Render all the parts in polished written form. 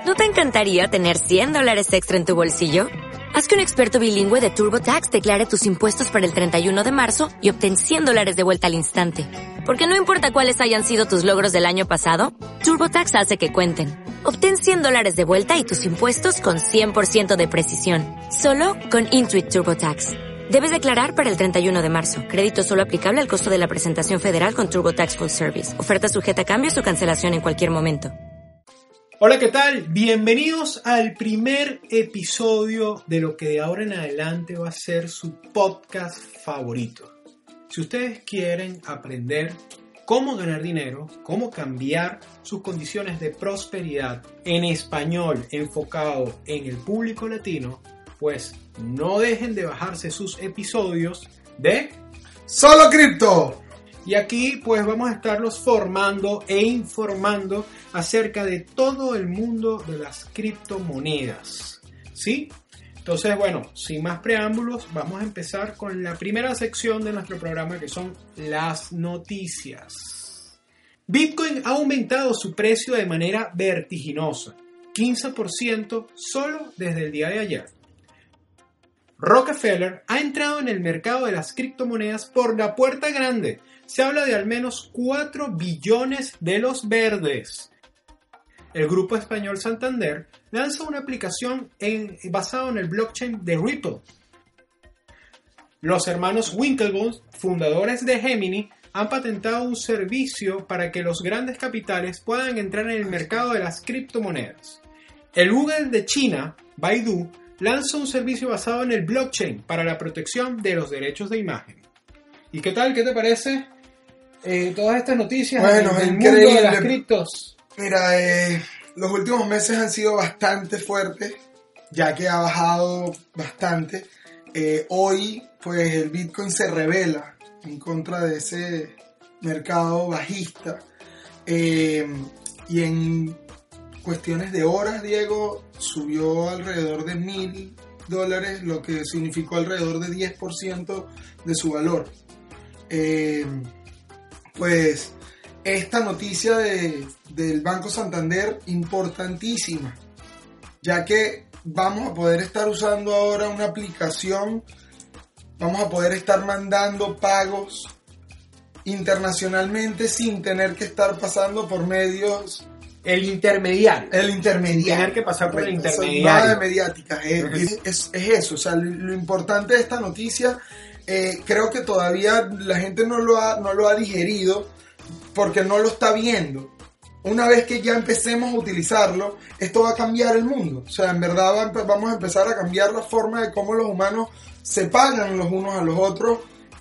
¿No te encantaría tener $100 extra en tu bolsillo? Haz que un experto bilingüe de TurboTax declare tus impuestos para el 31 de marzo y obtén $100 de vuelta al instante. Porque no importa cuáles hayan sido tus logros del año pasado, TurboTax hace que cuenten. Obtén $100 de vuelta y tus impuestos con 100% de precisión. Solo con Intuit TurboTax. Debes declarar para el 31 de marzo. Crédito solo aplicable al costo de la presentación federal con TurboTax Full Service. Oferta sujeta a cambios o cancelación en cualquier momento. Hola, ¿qué tal? Bienvenidos al primer episodio de lo que de ahora en adelante va a ser su podcast favorito. Si ustedes quieren aprender cómo ganar dinero, cómo cambiar sus condiciones de prosperidad en español enfocado en el público latino, pues no dejen de bajarse sus episodios de Solo Cripto. Y aquí pues vamos a estarlos formando e informando acerca de todo el mundo de las criptomonedas, ¿sí? Entonces, bueno, sin más preámbulos, vamos a empezar con la primera sección de nuestro programa, que son las noticias. Bitcoin ha aumentado su precio de manera vertiginosa, 15% solo desde el día de ayer. Rockefeller ha entrado en el mercado de las criptomonedas por la puerta grande. Se habla de al menos 4 billones de los verdes. El grupo español Santander lanza una aplicación basada en el blockchain de Ripple. Los hermanos Winklevoss, fundadores de Gemini, han patentado un servicio para que los grandes capitales puedan entrar en el mercado de las criptomonedas. El Google de China, Baidu, lanza un servicio basado en el blockchain para la protección de los derechos de imagen. ¿Y qué tal? ¿Qué te parece todas estas noticias del mundo de las criptos? Mira, los últimos meses han sido bastante fuertes, ya que ha bajado bastante. Hoy, pues, el Bitcoin se revela en contra de ese mercado bajista. Y en cuestiones de horas, Diego, subió alrededor de $1,000, lo que significó alrededor de 10% de su valor. Pues esta noticia del Banco Santander, importantísima, ya que vamos a poder estar usando ahora una aplicación, vamos a poder estar mandando pagos internacionalmente sin tener que estar pasando por medios. El intermediario. Tener que pasar por el intermediario. Nada de mediática. Es eso. O sea, lo importante de esta noticia, creo que todavía la gente no lo ha digerido porque no lo está viendo. Una vez que ya empecemos a utilizarlo, esto va a cambiar el mundo. O sea, en verdad vamos a empezar a cambiar la forma de cómo los humanos se pagan los unos a los otros.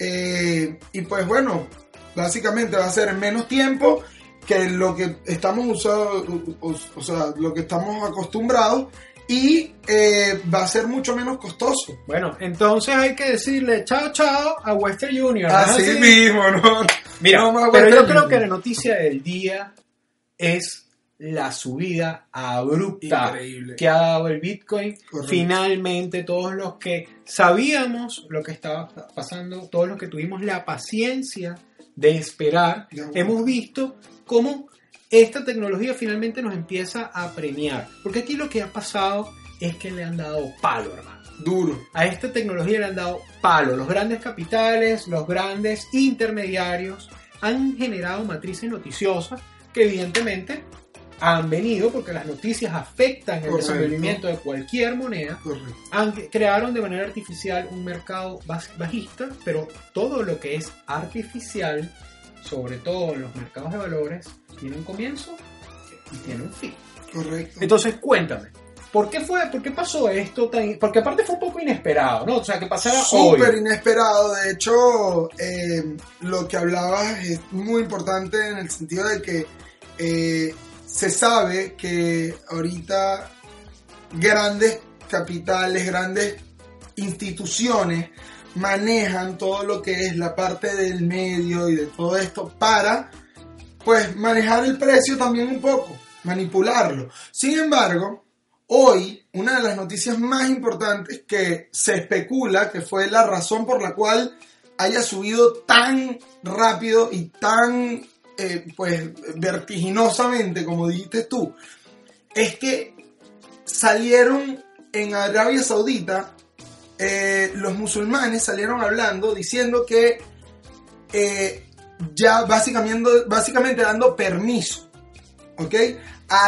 Y pues bueno, básicamente va a ser en menos tiempo que lo que estamos usando, o sea, lo que estamos acostumbrados, y va a ser mucho menos costoso. Bueno, entonces hay que decirle chao a Western Union. Así mismo, ¿no? Mira, no, pero yo creo que la noticia del día es la subida abrupta increíble que ha dado el Bitcoin. Correcto. Finalmente, todos los que sabíamos lo que estaba pasando, todos los que tuvimos la paciencia de esperar, hemos visto cómo esta tecnología finalmente nos empieza a premiar. Porque aquí lo que ha pasado es que le han dado palo, hermano. Duro. A esta tecnología le han dado palo. Los grandes capitales, los grandes intermediarios han generado matrices noticiosas que evidentemente han venido porque las noticias afectan el desenvolvimiento de cualquier moneda. Crearon de manera artificial un mercado bajista, pero todo lo que es artificial, sobre todo en los mercados de valores, tiene un comienzo y tiene un fin. Correcto. Entonces, cuéntame, ¿por qué pasó esto tan? Porque aparte fue un poco inesperado, ¿no? O sea, que pasara hoy. Súper inesperado. De hecho, lo que hablabas es muy importante en el sentido de que se sabe que ahorita grandes capitales, grandes instituciones manejan todo lo que es la parte del medio y de todo esto para, pues, manejar el precio también un poco, manipularlo. Sin embargo, hoy una de las noticias más importantes que se especula que fue la razón por la cual haya subido tan rápido y tan pues vertiginosamente, como dijiste tú, es que salieron en Arabia Saudita, los musulmanes salieron hablando, diciendo que ya básicamente dando permiso, ¿ok? A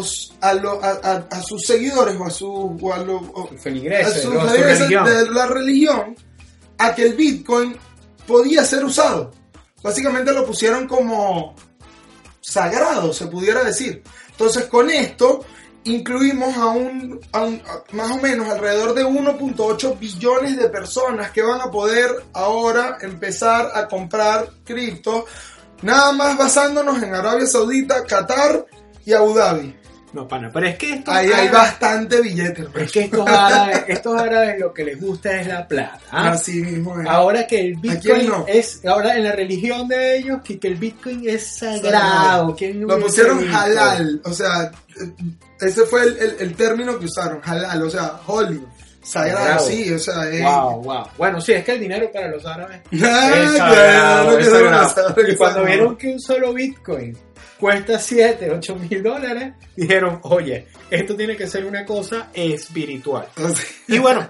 sus seguidores a sus feligreses de la religión, a que el Bitcoin podía ser usado. Básicamente lo pusieron como sagrado, se pudiera decir. Entonces, con esto incluimos a más o menos alrededor de 1.8 billones de personas que van a poder ahora empezar a comprar cripto, nada más basándonos en Arabia Saudita, Qatar y Abu Dhabi. No, pana, pero es que ahí hay bastante billetes. Es que estos árabes lo que les gusta es la plata. ¿Ah? Así mismo es. Ahora que el Bitcoin ahora en la religión de ellos, que el Bitcoin es sagrado. Lo pusieron halal, o sea, ese fue el término que usaron, halal, o sea, holy. Sagrado, sí, o sea... Wow. Bueno, sí, es que el dinero para los árabes es sagrado. Y cuando vieron que un solo Bitcoin cuesta 7, 8 mil dólares, dijeron, oye, esto tiene que ser una cosa espiritual. Y bueno,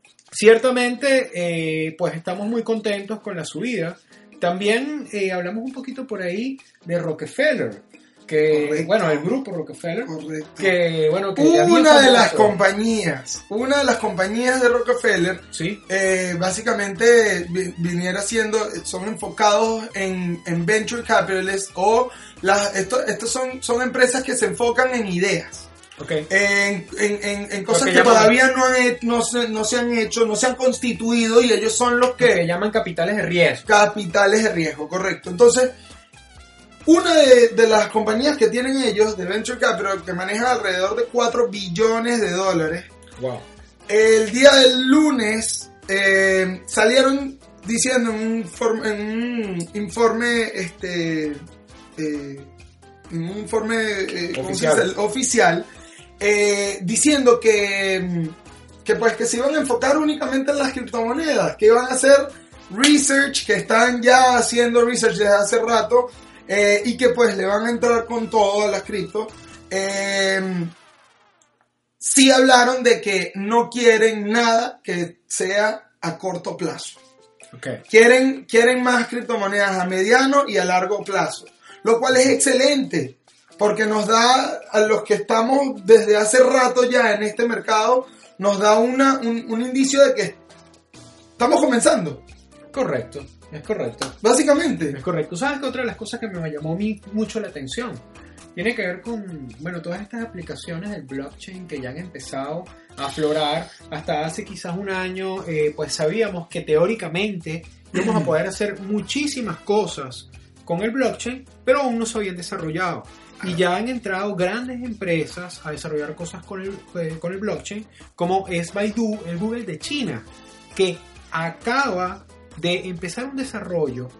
ciertamente, pues estamos muy contentos con la subida. También hablamos un poquito por ahí de Rockefeller. Que, correcto. Bueno, el grupo Rockefeller. Correcto. Que, bueno, que una de las compañías de Rockefeller, ¿sí? Básicamente viniera siendo, son enfocados en venture capitalists o estos son empresas que se enfocan en ideas. Okay. En cosas que todavía no se han hecho, no se han constituido, y ellos son los que llaman capitales de riesgo. Capitales de riesgo, correcto. Entonces, una de las compañías que tienen ellos de Venture Capital, que maneja alrededor de 4 billones de dólares, wow. El día del lunes salieron diciendo en un informe oficial, diciendo que se iban a enfocar únicamente en las criptomonedas, que iban a hacer research, que están ya haciendo research desde hace rato, y que pues le van a entrar con todo a las cripto. Sí hablaron de que no quieren nada que sea a corto plazo. Okay. Quieren más criptomonedas a mediano y a largo plazo, lo cual es excelente, porque nos da, a los que estamos desde hace rato ya en este mercado, nos da un indicio de que estamos comenzando. Correcto. Es correcto. Básicamente. Es correcto. ¿Sabes que otra de las cosas que me llamó a mí mucho la atención tiene que ver con, bueno, todas estas aplicaciones del blockchain que ya han empezado a aflorar? Hasta hace quizás un año, pues sabíamos que teóricamente íbamos a poder hacer muchísimas cosas con el blockchain, pero aún no se habían desarrollado. Y ya han entrado grandes empresas a desarrollar cosas con el blockchain, como es Baidu, el Google de China, que acaba de empezar un desarrollo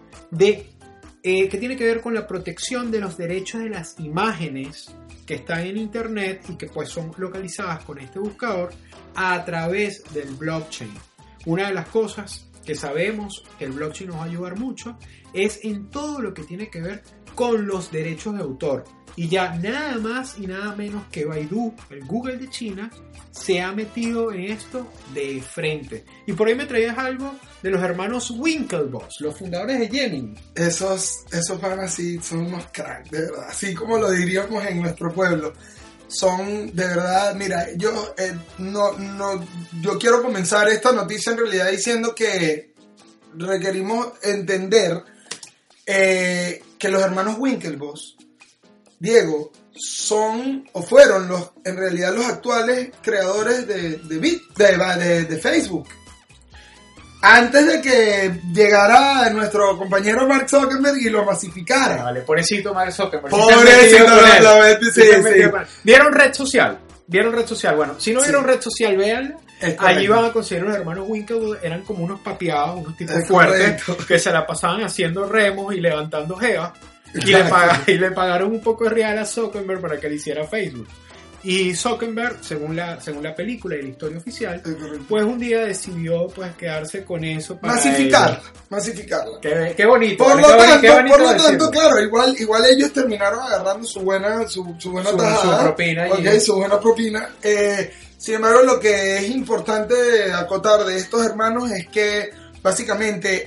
que tiene que ver con la protección de los derechos de las imágenes que están en internet y que pues son localizadas con este buscador a través del blockchain. Una de las cosas que sabemos que el blockchain nos va a ayudar mucho es en todo lo que tiene que ver con los derechos de autor. Y ya nada más y nada menos que Baidu, el Google de China, se ha metido en esto de frente. Y por ahí me traías algo de los hermanos Winklevoss, los fundadores de Gemini. Esos van así, son unos cracks, de verdad. Así como lo diríamos en nuestro pueblo. Son, de verdad, mira, yo quiero comenzar esta noticia en realidad diciendo que requerimos entender que los hermanos Winklevoss, Diego, son o fueron en realidad los actuales creadores de Facebook. Antes de que llegara nuestro compañero Mark Zuckerberg y lo masificara. Vale, pobrecito Mark Zuckerberg. Pobrecito, sí. ¿Vieron red social? Bueno, si no vieron red social, véanla. Allí van a conseguir los hermanos Winklevoss, eran como unos papiados, unos tipos fuertes, que se la pasaban haciendo remos y levantando jevas. Y le pagaron un poco de real a Zuckerberg para que le hiciera Facebook. Y Zuckerberg, según la película y la historia oficial, pues un día decidió pues quedarse con eso para masificarla. Qué bonito. Por lo tanto, claro, igual ellos terminaron agarrando su buena tajada, propina. Su buena propina. Sin embargo, lo que es importante acotar de estos hermanos es que básicamente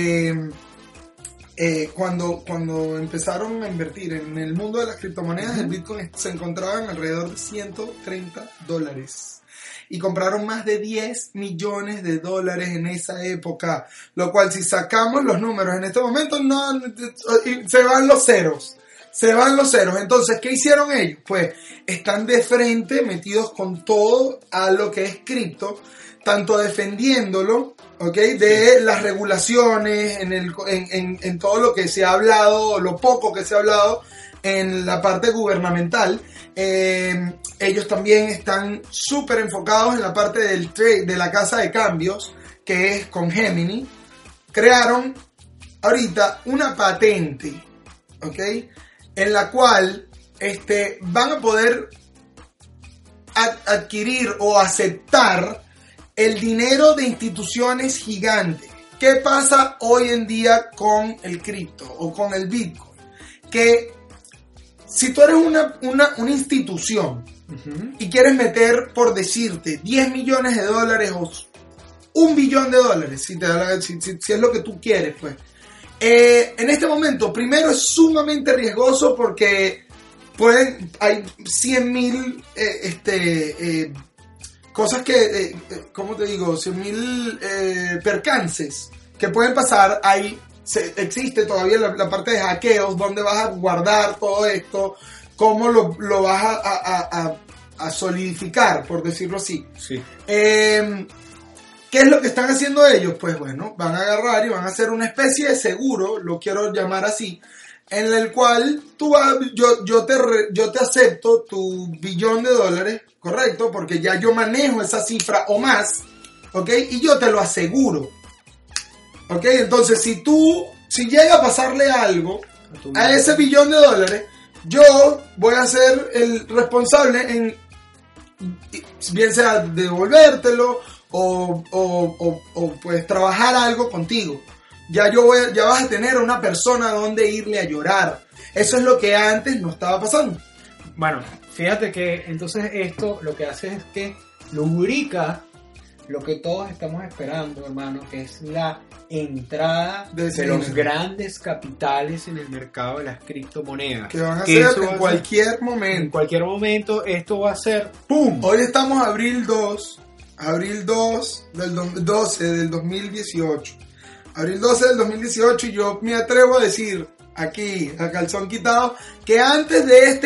cuando empezaron a invertir en el mundo de las criptomonedas, el Bitcoin se encontraba en alrededor de $130 y compraron más de $10 millones en esa época, lo cual si sacamos los números en este momento se van los ceros. Entonces, ¿qué hicieron ellos? Pues están de frente, metidos con todo a lo que es cripto, tanto defendiéndolo, ¿okay? De las regulaciones, en todo lo que se ha hablado, lo poco que se ha hablado en la parte gubernamental. Ellos también están súper enfocados en la parte del trade, de la casa de cambios, que es con Gemini. Crearon ahorita una patente, ¿ok? En la cual van a poder adquirir o aceptar el dinero de instituciones gigantes. ¿Qué pasa hoy en día con el cripto o con el Bitcoin? Que si tú eres una institución y quieres meter, por decirte, $10 millones o $1 billón, si es lo que tú quieres, pues. En este momento, primero es sumamente riesgoso porque hay 100.000 cosas que, ¿cómo te digo? 100.000 percances que pueden pasar. Existe todavía la parte de hackeos, dónde vas a guardar todo esto, cómo lo vas a solidificar, por decirlo así. Sí. ¿Qué es lo que están haciendo ellos? Pues bueno, van a agarrar y van a hacer una especie de seguro, lo quiero llamar así, en el cual yo te acepto tu $1 billón, correcto, porque ya yo manejo esa cifra o más, ¿ok? Y yo te lo aseguro, ¿ok? Entonces, si llega a pasarle algo a ese $1 billón, yo voy a ser el responsable en, bien sea devolvértelo o pues trabajar algo contigo. Ya vas a tener una persona donde irle a llorar. Eso es lo que antes no estaba pasando. Bueno, fíjate que entonces esto lo que hace es que lubrica lo que todos estamos esperando, hermano, que es la entrada de los grandes capitales en el mercado de las criptomonedas. Que van a ser en cualquier momento. En cualquier momento esto va a ser ¡pum! Hoy estamos abril 2 del 12 del 2018. Abril 12 del 2018 y yo me atrevo a decir aquí, a calzón quitado, que antes de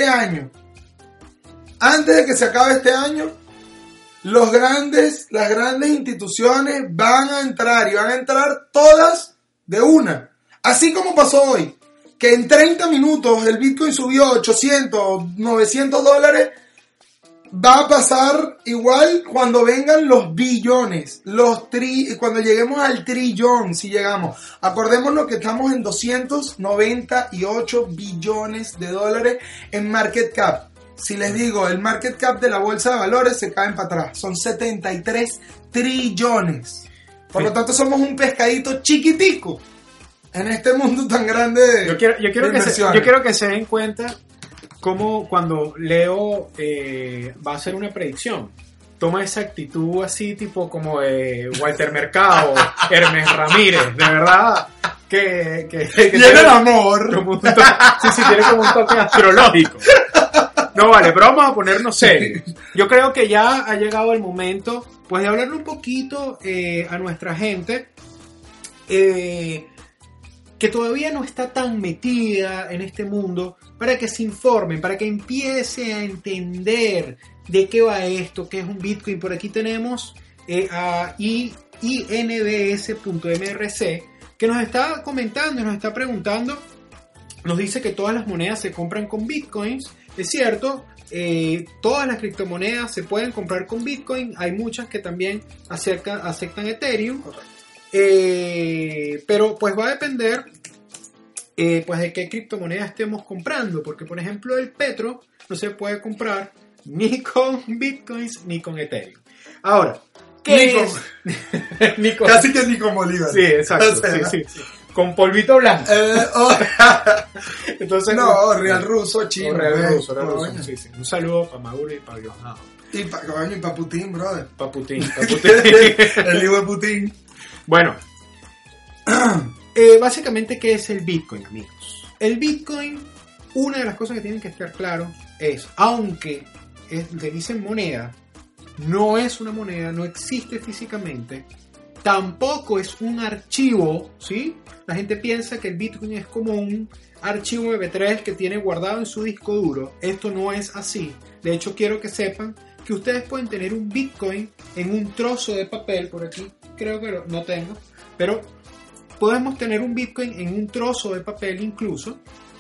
que se acabe este año, las grandes instituciones van a entrar y van a entrar todas de una. Así como pasó hoy, que en 30 minutos el Bitcoin subió $800, $900. Va a pasar igual cuando vengan los billones, cuando lleguemos al trillón, si llegamos. Acordémonos que estamos en $298 billones en market cap. Si les digo, el market cap de la bolsa de valores se caen para atrás. Son 73 trillones. Por lo tanto, somos un pescadito chiquitico en este mundo tan grande de yo quiero que se den cuenta como cuando Leo va a hacer una predicción, toma esa actitud así tipo como de Walter Mercado, Hermes Ramírez, de verdad que tiene el amor. Sí, tiene como un toque astrológico. No vale, pero vamos a ponernos serios. Yo creo que ya ha llegado el momento pues de hablarle un poquito a nuestra gente que todavía no está tan metida en este mundo, para que se informen, para que empiece a entender de qué va esto, qué es un Bitcoin. Por aquí tenemos a inbs.mrc, que nos está comentando y nos está preguntando, nos dice que todas las monedas se compran con Bitcoins. Es cierto, todas las criptomonedas se pueden comprar con Bitcoin, hay muchas que también aceptan Ethereum. Pero pues va a depender pues de qué criptomoneda estemos comprando, porque por ejemplo el Petro no se puede comprar ni con bitcoins ni con Ethereum. Ahora, ¿qué es? Ni con... Casi que ni con Bolívar. Sí, exacto. O sea, sí. Con polvito blanco. Entonces, no, Real Ruso, chino. Real Ruso. Sí. Un saludo para Maduro y para Diosdado. Y para Putin, brother. Para Putin. El hijo de Putin. Bueno, básicamente, ¿qué es el Bitcoin, amigos? El Bitcoin, una de las cosas que tienen que estar claros es, aunque le dicen moneda, no es una moneda, no existe físicamente, tampoco es un archivo, ¿sí? La gente piensa que el Bitcoin es como un archivo MP3 que tiene guardado en su disco duro. Esto no es así. De hecho, quiero que sepan que ustedes pueden tener un Bitcoin en un trozo de papel. Por aquí creo que no tengo, pero podemos tener un Bitcoin en un trozo de papel incluso.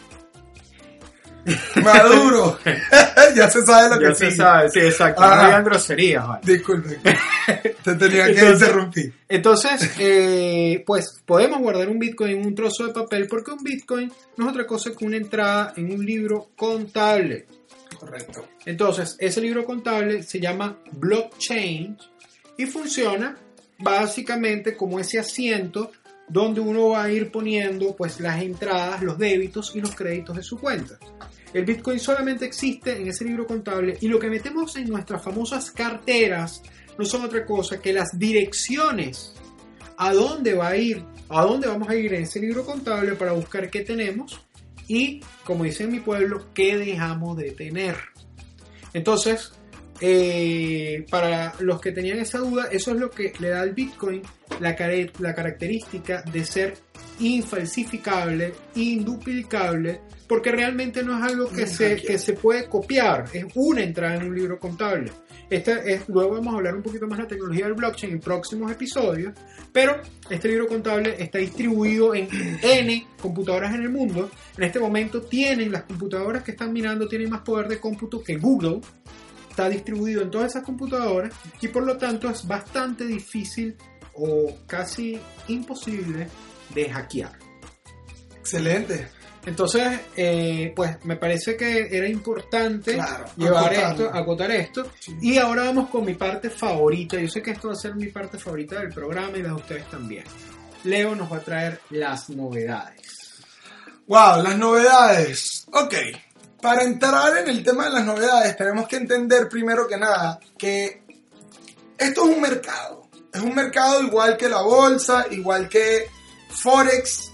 Maduro. Ya se sabe lo que sigue. Ya se sabe, sí, exacto. No digan groserías, ¿vale? Disculpen. Te tenía que interrumpir. Entonces, pues podemos guardar un Bitcoin en un trozo de papel porque un Bitcoin no es otra cosa que una entrada en un libro contable. Correcto. Entonces, ese libro contable se llama blockchain y funciona básicamente como ese asiento donde uno va a ir poniendo pues las entradas, los débitos y los créditos de su cuenta. El Bitcoin solamente existe en ese libro contable y lo que metemos en nuestras famosas carteras no son otra cosa que las direcciones a dónde vamos a ir en ese libro contable para buscar qué tenemos y, como dice en mi pueblo, qué dejamos de tener. Entonces, para los que tenían esa duda, eso es lo que le da al Bitcoin la característica de ser infalsificable, induplicable, porque realmente no es algo que se puede copiar, es una entrada en un libro contable. Luego vamos a hablar un poquito más de la tecnología del blockchain en próximos episodios, pero este libro contable está distribuido en N computadoras en el mundo. En este momento las computadoras que están minando tienen más poder de cómputo que Google. Está distribuido en todas esas computadoras y por lo tanto es bastante difícil o casi imposible de hackear. Excelente. Entonces, pues me parece que era importante acotar esto. Sí. Y ahora vamos con mi parte favorita. Yo sé que esto va a ser mi parte favorita del programa y la de ustedes también. Leo nos va a traer las novedades. Wow, las novedades. Ok. Para entrar en el tema de las novedades, tenemos que entender primero que nada que esto es un mercado. Es un mercado igual que la bolsa, igual que Forex,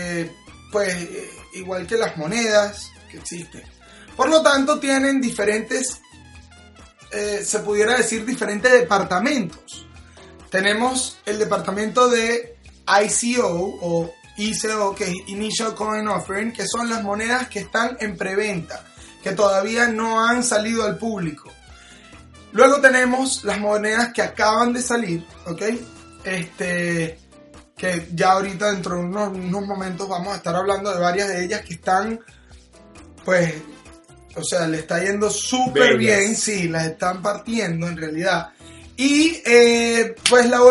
igual que las monedas que existen. Por lo tanto, tienen diferentes, se pudiera decir, diferentes departamentos. Tenemos el departamento de ICO o ICO, que es Initial Coin Offering, que son las monedas que están en preventa, que todavía no han salido al público. Luego tenemos las monedas que acaban de salir, ¿ok? Que ya ahorita dentro de unos momentos vamos a estar hablando de varias de ellas que están, pues, o sea, le está yendo súper bien, sí, las están partiendo en realidad. Y pues la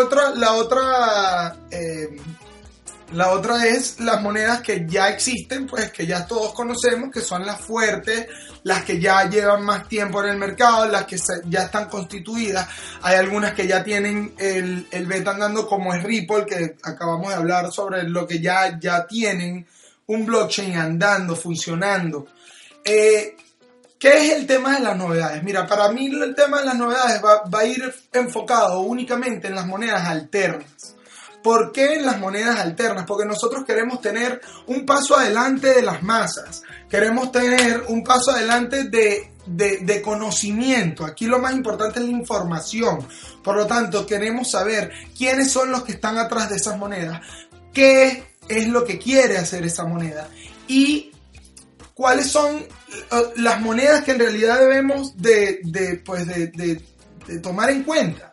otra es las monedas que ya existen, pues que ya todos conocemos, que son las fuertes, las que ya llevan más tiempo en el mercado, las que ya están constituidas. Hay algunas que ya tienen el beta andando, como es Ripple, que acabamos de hablar sobre lo que ya tienen un blockchain andando, funcionando. ¿Qué es el tema de las novedades? Mira, para mí el tema de las novedades va a ir enfocado únicamente en las monedas alternas. ¿Por qué en las monedas alternas? Porque nosotros queremos tener un paso adelante de las masas. Queremos tener un paso adelante de conocimiento. Aquí lo más importante es la información. Por lo tanto, queremos saber quiénes son los que están atrás de esas monedas, qué es lo que quiere hacer esa moneda y cuáles son las monedas que en realidad debemos de tomar en cuenta.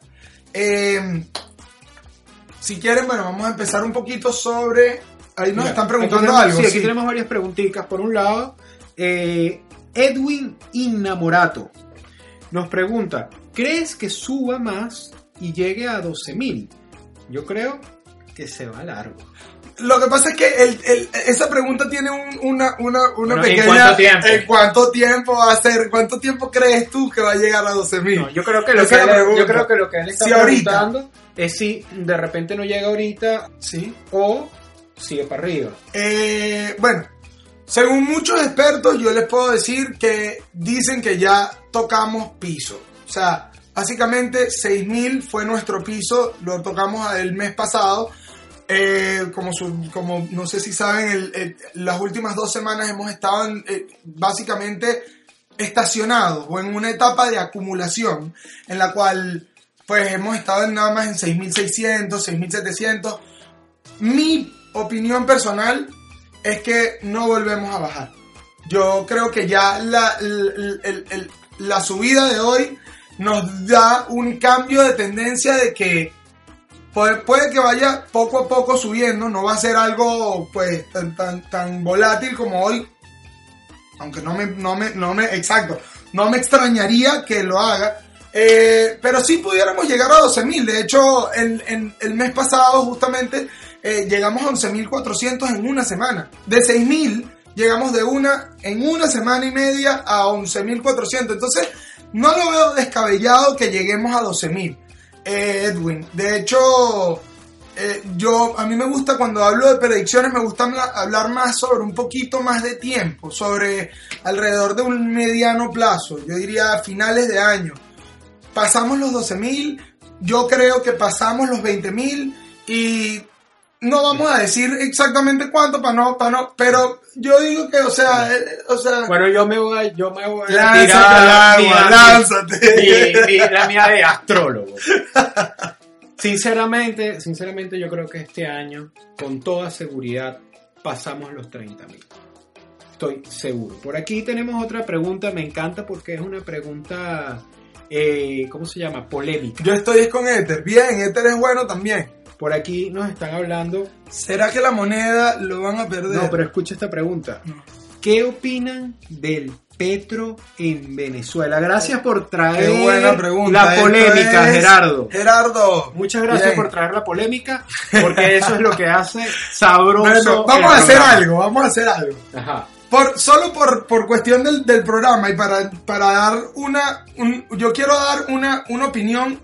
Si quieren, bueno, vamos a empezar un poquito sobre... Ahí nos están preguntando algo. Sí, aquí tenemos varias preguntitas. Por un lado, Edwin Innamorato nos pregunta, ¿crees que suba más y llegue a 12.000? Yo creo que se va largo. Lo que pasa es que esa pregunta tiene una pequeña... ¿En cuánto tiempo? ¿En cuánto tiempo va a ser? ¿Cuánto tiempo crees tú que va a llegar a 12.000? No, yo creo que lo que él está preguntando es si de repente no llega ahorita, sí, o sigue para arriba. Bueno, según muchos expertos, yo les puedo decir que dicen que ya tocamos piso. O sea, básicamente 6.000 fue nuestro piso, lo tocamos el mes pasado. Como no sé si saben, las últimas 2 semanas hemos estado básicamente estacionados o en una etapa de acumulación en la cual pues hemos estado nada más en 6.600, 6.700. Mi opinión personal es que no volvemos a bajar. Yo creo que ya la subida de hoy nos da un cambio de tendencia de que puede que vaya poco a poco subiendo, no va a ser algo pues tan volátil como hoy, aunque no me extrañaría que lo haga, pero sí pudiéramos llegar a 12.000. De hecho, el mes pasado justamente llegamos a 11.400 en una semana. De 6.000 llegamos en una semana y media a 11.400. Entonces no lo veo descabellado que lleguemos a 12.000. Edwin, de hecho, a mí me gusta cuando hablo de predicciones, me gusta hablar más sobre un poquito más de tiempo, sobre alrededor de un mediano plazo, yo diría a finales de año. Pasamos los 12.000, yo creo que pasamos los 20.000 y no vamos a decir exactamente cuánto para no, pero yo digo que, o sea. Bueno, yo me voy a lánzate tirar al agua, lánzate. La mía de astrólogo. Sinceramente, yo creo que este año, con toda seguridad, pasamos los 30.000. Estoy seguro. Por aquí tenemos otra pregunta, me encanta porque es una pregunta, ¿cómo se llama? Polémica. Yo estoy con Ether. Bien, Ether es bueno también. Por aquí nos están hablando. ¿Será que la moneda lo van a perder? No, pero escucha esta pregunta. No. ¿Qué opinan del petro en Venezuela? Gracias por traer Qué buena pregunta. La polémica, Gerardo. Gerardo. Muchas gracias por traer la polémica, porque eso es lo que hace sabroso. Bueno, vamos a hacer algo. Ajá. Solo por cuestión del programa y para dar yo quiero dar una opinión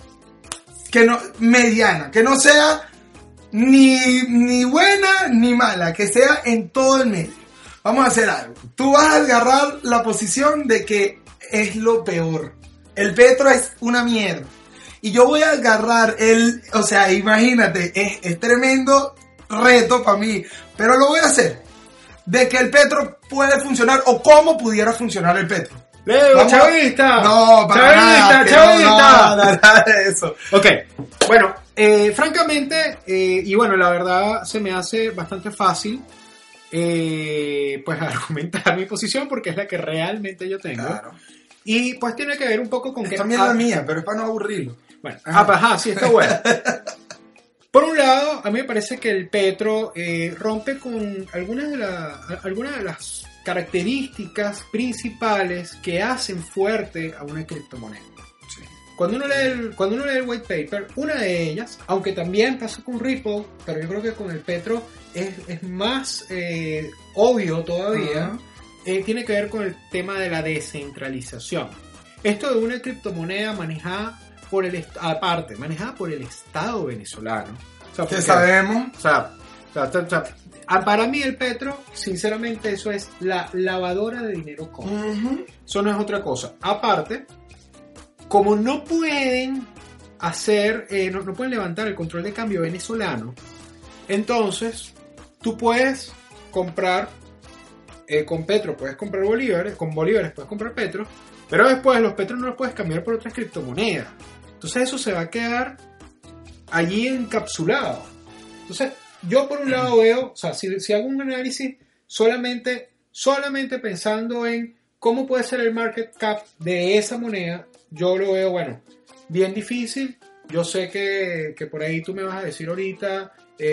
mediana, que no sea ni buena ni mala, que sea en todo el medio. Vamos a hacer algo. Tú vas a agarrar la posición de que es lo peor. El petro es una mierda. Y yo voy a agarrar o sea, imagínate, es tremendo reto para mí, pero lo voy a hacer. De que el petro puede funcionar o cómo pudiera funcionar el petro. ¡Leo, chavista! No, chavista. Nada de eso. Ok, bueno, francamente, y bueno, la verdad se me hace bastante fácil pues argumentar mi posición porque es la que realmente yo tengo. Claro. Y pues tiene que ver un poco con que... También la mía, pero es para no aburrirlo. Bueno, ajá, sí, está bueno. Por un lado, a mí me parece que el petro rompe con algunas de las características principales que hacen fuerte a una criptomoneda. Sí. Cuando uno lee el white paper, una de ellas, aunque también pasa con Ripple, pero yo creo que con el petro es más obvio todavía, tiene que ver con el tema de la descentralización. Esto de una criptomoneda manejada por el Estado venezolano. O sea, ¿Qué sabemos? Para mí el petro, sinceramente, eso es la lavadora de dinero común. Eso no es otra cosa. Aparte, como no pueden hacer, no pueden levantar el control de cambio venezolano, entonces tú puedes comprar con petro, puedes comprar bolívares, con bolívares puedes comprar petro, pero después los petros no los puedes cambiar por otras criptomonedas. Entonces eso se va a quedar allí encapsulado. Entonces yo por un lado veo, o sea, si hago un análisis solamente pensando en cómo puede ser el market cap de esa moneda, yo lo veo, bueno, bien difícil. Yo sé que por ahí tú me vas a decir ahorita,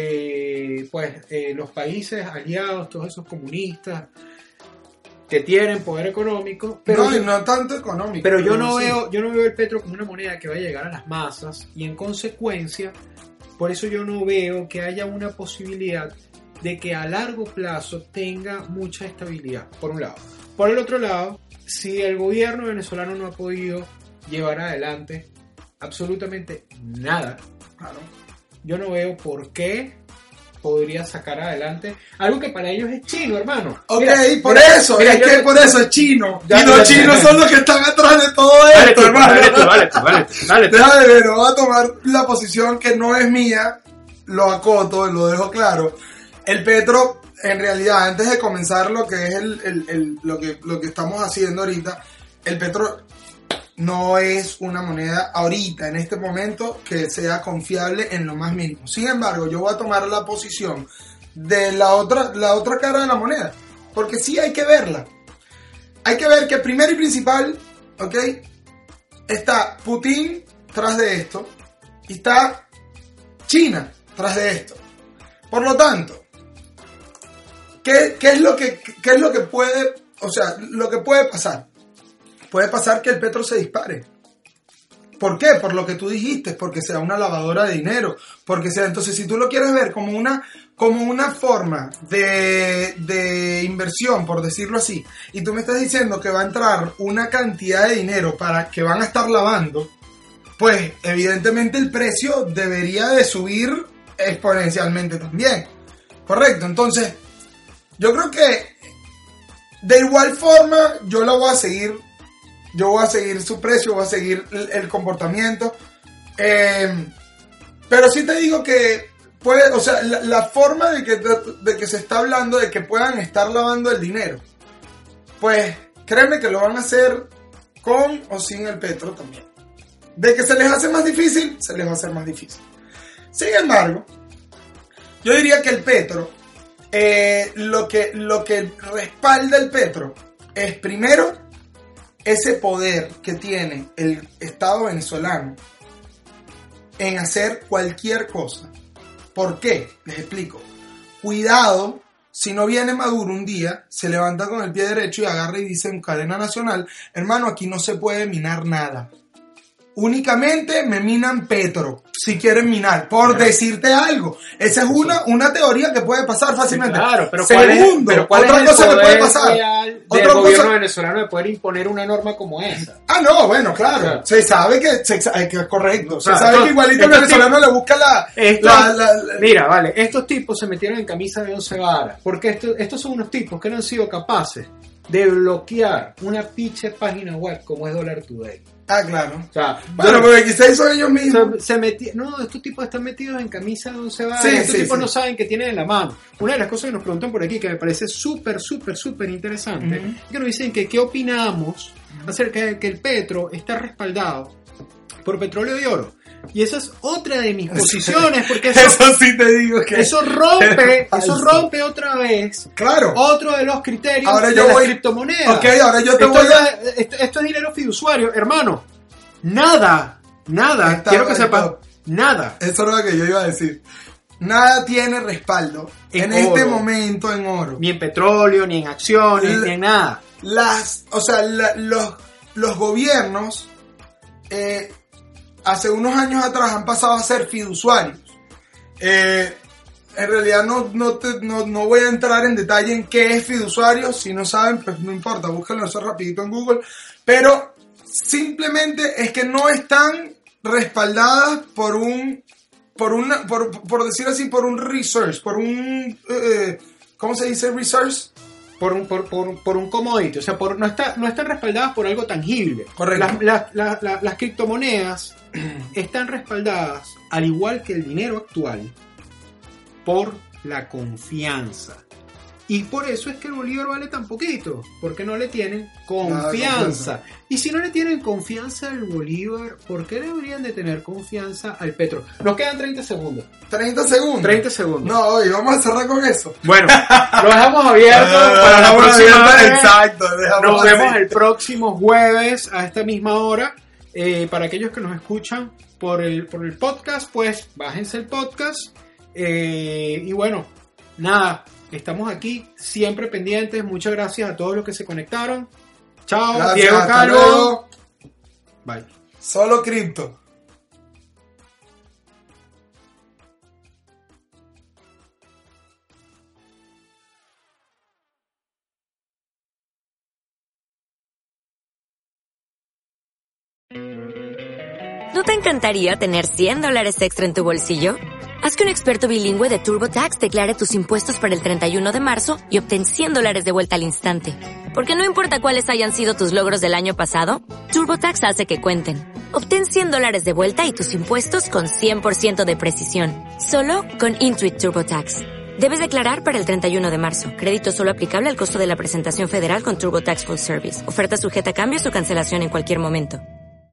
los países aliados, todos esos comunistas que tienen poder económico, pero no tanto económico. Pero yo no veo el petro como una moneda que va a llegar a las masas y en consecuencia Por eso yo no veo que haya una posibilidad de que a largo plazo tenga mucha estabilidad, por un lado. Por el otro lado, si el gobierno venezolano no ha podido llevar adelante absolutamente nada, Claro. yo no veo por qué podría sacar adelante algo que para ellos es chino, hermano. Ok, Mira, por mira, eso, mira, es yo que te- por eso es chino. Ya, y los ya, chinos ya. son los que están atrás de todo Dale esto, tú, hermano. dale tú. Déjame ver, voy a tomar la posición que no es mía, lo acoto, lo dejo claro. El petro, en realidad, antes de comenzar lo que es lo que estamos haciendo ahorita, el petro no es una moneda ahorita, en este momento, que sea confiable en lo más mínimo. Sin embargo, yo voy a tomar la posición de la otra cara de la moneda, porque sí hay que verla. Hay que ver que primero y principal, ¿ok? Está Putin tras de esto y está China tras de esto. Por lo tanto, ¿qué es lo que puede, o sea, lo que puede pasar? Puede pasar que el petro se dispare. ¿Por qué? Por lo que tú dijiste, porque sea una lavadora de dinero, porque sea, entonces si tú lo quieres ver como una forma de inversión, por decirlo así, y tú me estás diciendo que va a entrar una cantidad de dinero para que van a estar lavando, pues evidentemente el precio debería de subir exponencialmente también. Correcto, entonces yo creo que de igual forma yo la voy a seguir. Yo voy a seguir su precio, voy a seguir el comportamiento. Pero sí te digo que puede, o sea, la forma de que se está hablando de que puedan estar lavando el dinero, pues créeme que lo van a hacer con o sin el petro también. De que se les hace más difícil, se les va a hacer más difícil. Sin embargo, yo diría que el petro, lo que respalda el petro es primero ese poder que tiene el Estado venezolano en hacer cualquier cosa. ¿Por qué? Les explico. Cuidado, si no viene Maduro un día, se levanta con el pie derecho y agarra y dice en cadena nacional, hermano, aquí no se puede minar nada. Únicamente me minan petro, si quieren minar, por decirte algo. Esa es una teoría que puede pasar fácilmente. Claro, pero Segundo, ¿cuál otra es el cosa que puede poder pasar. real del Otra gobierno cosa- venezolano de poder imponer una norma como esa? Ah, no, bueno, claro. Claro. Se sabe que es correcto. Se Claro, sabe entonces, que igualito el estos venezolano le busca Mira, vale, estos tipos se metieron en camisa de 11 varas, porque estos son unos tipos que no han sido capaces de bloquear una pinche página web como es Dollar Today. Ah, claro. O sea, Bueno, pero quizás son ellos mismos. no, estos tipos están metidos en camisa de 11 varas. Sí, Estos sí, tipos sí. no saben qué tienen en la mano. Una de las cosas que nos preguntan por aquí, que me parece súper interesante, Ujú. es que nos dicen que qué opinamos acerca de que el petro está respaldado por petróleo y oro. Y esa es otra de mis posiciones, porque Eso sí te digo que... eso rompe Falso. otra vez Claro. otro de los criterios Ahora de yo las voy- criptomonedas. Ok, ahora yo te esto, voy a... esto es dinero fiduciario, hermano. Nada, Está quiero que right, sepan, top. nada. Eso es lo que yo iba a decir. Nada tiene respaldo En en este oro. momento en oro. Ni en petróleo, ni en acciones, La- ni en nada. Los gobiernos hace unos años atrás han pasado a ser fiduciarios. En realidad no voy a entrar en detalle en qué es fiduciario. Si no saben, pues no importa, búsquenlo eso rapidito en Google. Pero simplemente es que no están respaldadas por decir así, por un research, por un ¿cómo se dice research? Por un commodity, o sea, no están respaldadas por algo tangible. Correcto. Las criptomonedas están respaldadas, al igual que el dinero actual, por la confianza. Y por eso es que el bolívar vale tan poquito, porque no le tienen confianza. Y si no le tienen confianza al bolívar, ¿por qué deberían de tener confianza al petro? Nos quedan 30 segundos. 30 segundos. 30 segundos. No, hoy vamos a cerrar con eso. Bueno, lo dejamos abierto para la próxima vez. Exacto. Nos vemos el próximo jueves a esta misma hora. Para aquellos que nos escuchan por el podcast, pues bájense el podcast. Y bueno, nada, estamos aquí siempre pendientes. Muchas gracias a todos los que se conectaron. Chao, Gracias, Diego hasta Calvo. luego. Bye. Solo cripto. ¿No te encantaría tener $100 extra en tu bolsillo? Haz que un experto bilingüe de TurboTax declare tus impuestos para el 31 de marzo y obtén $100 de vuelta al instante. Porque no importa cuáles hayan sido tus logros del año pasado, TurboTax hace que cuenten. Obtén $100 de vuelta y tus impuestos con 100% de precisión. Solo con Intuit TurboTax. Debes declarar para el 31 de marzo. Crédito solo aplicable al costo de la presentación federal con TurboTax Full Service. Oferta sujeta a cambios o cancelación en cualquier momento.